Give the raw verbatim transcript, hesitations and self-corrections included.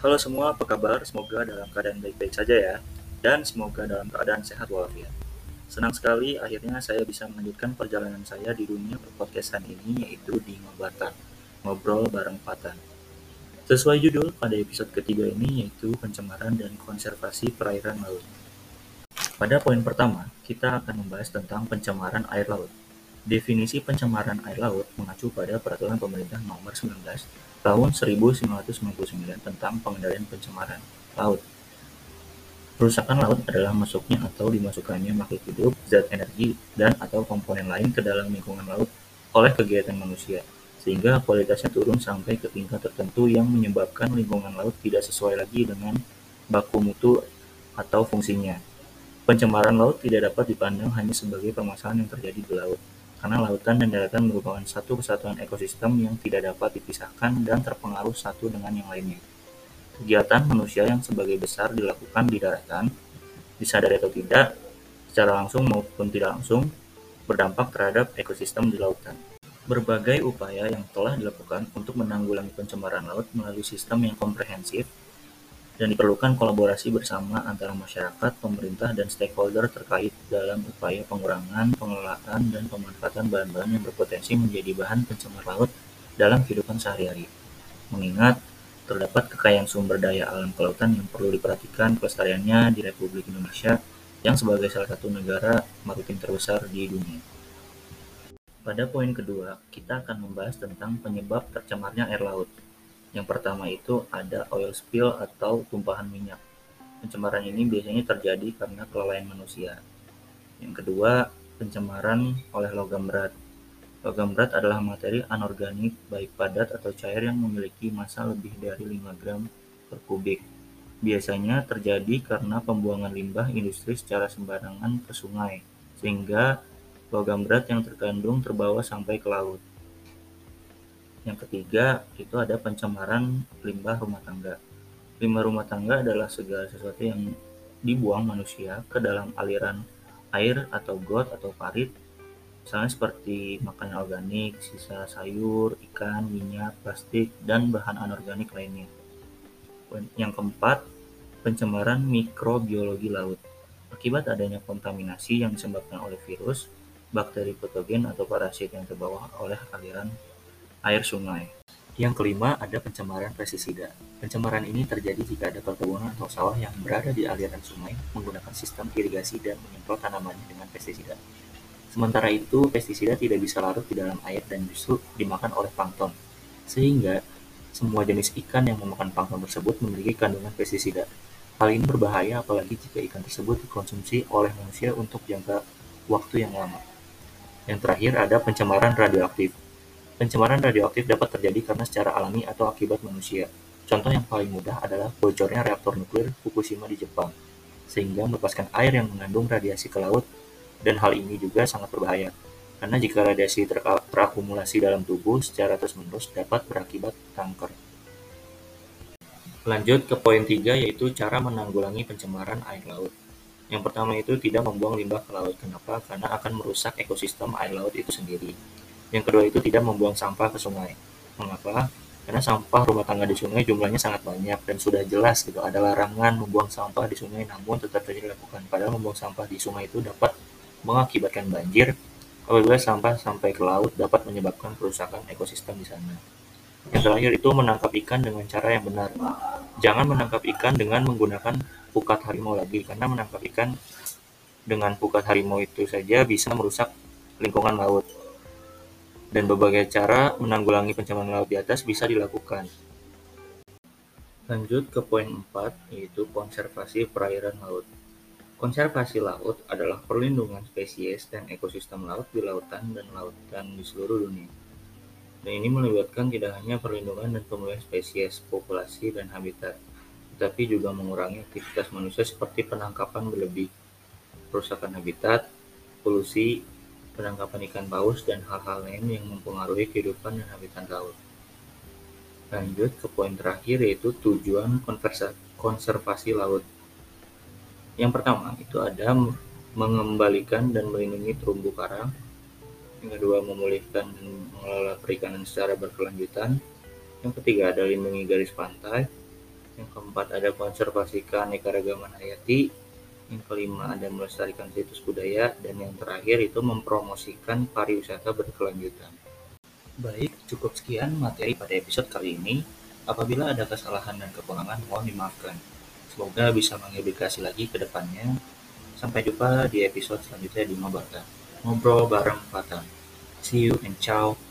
Halo semua, apa kabar? Semoga dalam keadaan baik-baik saja ya, dan semoga dalam keadaan sehat walafiat. Senang sekali akhirnya saya bisa melanjutkan perjalanan saya di dunia perpodcastan ini, yaitu di Ngobatan, Ngobrol Bareng Patan. Sesuai judul, pada episode ketiga ini yaitu pencemaran dan konservasi perairan laut. Pada poin pertama, kita akan membahas tentang pencemaran air laut. Definisi pencemaran air laut mengacu pada Peraturan Pemerintah Nomor sembilan belas Tahun seribu sembilan ratus sembilan puluh sembilan tentang pengendalian pencemaran laut. Kerusakan laut adalah masuknya atau dimasukkannya makhluk hidup, zat energi, dan atau komponen lain ke dalam lingkungan laut oleh kegiatan manusia, sehingga kualitasnya turun sampai ke tingkat tertentu yang menyebabkan lingkungan laut tidak sesuai lagi dengan baku mutu atau fungsinya. Pencemaran laut tidak dapat dipandang hanya sebagai permasalahan yang terjadi di laut, karena lautan dan daratan merupakan satu kesatuan ekosistem yang tidak dapat dipisahkan dan terpengaruh satu dengan yang lainnya. Kegiatan manusia yang sebagai besar dilakukan di daratan, disadari atau tidak, secara langsung maupun tidak langsung, berdampak terhadap ekosistem di lautan. Berbagai upaya yang telah dilakukan untuk menanggulangi pencemaran laut melalui sistem yang komprehensif dan diperlukan kolaborasi bersama antara masyarakat, pemerintah, dan stakeholder terkait dalam upaya pengurangan, pengelolaan, dan pemanfaatan bahan-bahan yang berpotensi menjadi bahan pencemar laut dalam kehidupan sehari-hari. Mengingat terdapat kekayaan sumber daya alam kelautan yang perlu diperhatikan kelestariannya di Republik Indonesia yang sebagai salah satu negara maritim terbesar di dunia. Pada poin kedua, kita akan membahas tentang penyebab tercemarnya air laut. Yang pertama itu ada oil spill atau tumpahan minyak. Pencemaran ini biasanya terjadi karena kelalaian manusia. Yang kedua, pencemaran oleh logam berat. Logam berat adalah materi anorganik baik padat atau cair yang memiliki massa lebih dari lima gram per kubik. Biasanya terjadi karena pembuangan limbah industri secara sembarangan ke sungai, sehingga logam berat yang terkandung terbawa sampai ke laut. Yang ketiga, itu ada pencemaran limbah rumah tangga. Limbah rumah tangga adalah segala sesuatu yang dibuang manusia ke dalam aliran air atau got atau parit, misalnya seperti makanan organik, sisa sayur, ikan, minyak, plastik, dan bahan anorganik lainnya. Yang keempat, pencemaran mikrobiologi laut. Akibat adanya kontaminasi yang disebabkan oleh virus, bakteri patogen atau parasit yang terbawa oleh aliran air sungai. Yang kelima, ada pencemaran pestisida. Pencemaran ini terjadi jika ada perkebunan atau sawah yang berada di aliran sungai menggunakan sistem irigasi dan menyemprot tanamannya dengan pestisida. Sementara itu, pestisida tidak bisa larut di dalam air dan justru dimakan oleh plankton, sehingga semua jenis ikan yang memakan plankton tersebut memiliki kandungan pestisida. Hal ini berbahaya apalagi jika ikan tersebut dikonsumsi oleh manusia untuk jangka waktu yang lama. Yang terakhir ada pencemaran radioaktif. Pencemaran radioaktif dapat terjadi karena secara alami atau akibat manusia. Contoh yang paling mudah adalah bocornya reaktor nuklir Fukushima di Jepang, sehingga melepaskan air yang mengandung radiasi ke laut, dan hal ini juga sangat berbahaya, karena jika radiasi ter- terakumulasi dalam tubuh secara terus-menerus dapat berakibat kanker. Lanjut ke poin tiga, yaitu cara menanggulangi pencemaran air laut. Yang pertama itu tidak membuang limbah ke laut. Kenapa? Karena akan merusak ekosistem air laut itu sendiri. Yang kedua itu tidak membuang sampah ke sungai. Mengapa? Karena sampah rumah tangga di sungai jumlahnya sangat banyak dan sudah jelas gitu ada larangan membuang sampah di sungai, namun tetap saja dilakukan. Padahal membuang sampah di sungai itu dapat mengakibatkan banjir. Apabila sampah sampai ke laut dapat menyebabkan kerusakan ekosistem di sana. Yang terakhir itu menangkap ikan dengan cara yang benar. Jangan menangkap ikan dengan menggunakan pukat harimau lagi, karena menangkap ikan dengan pukat harimau itu saja bisa merusak lingkungan laut. Dan berbagai cara menanggulangi pencemaran laut di atas bisa dilakukan. Lanjut ke poin empat, yaitu konservasi perairan laut. Konservasi laut adalah perlindungan spesies dan ekosistem laut di lautan dan lautan di seluruh dunia. Dan ini melibatkan tidak hanya perlindungan dan pemulihan spesies, populasi, dan habitat, tetapi juga mengurangi aktivitas manusia seperti penangkapan berlebih, perusakan habitat, polusi, penangkapan ikan paus, dan hal-hal lain yang mempengaruhi kehidupan dan habitat laut. Lanjut ke poin terakhir, yaitu tujuan konservasi laut. Yang pertama itu ada mengembalikan dan melindungi terumbu karang. Yang kedua, memulihkan dan mengelola perikanan secara berkelanjutan. Yang ketiga, ada lindungi garis pantai. Yang keempat ada konservasikan keanekaragaman hayati. Yang kelima ada melestarikan situs budaya. Dan yang terakhir itu mempromosikan pariwisata berkelanjutan. Baik, cukup sekian materi pada episode kali ini. Apabila ada kesalahan dan kekurangan, mohon dimaafkan. Semoga bisa mengedukasi lagi ke depannya. Sampai jumpa di episode selanjutnya di Ngobrol Ngobrol bareng Fatan. See you and ciao.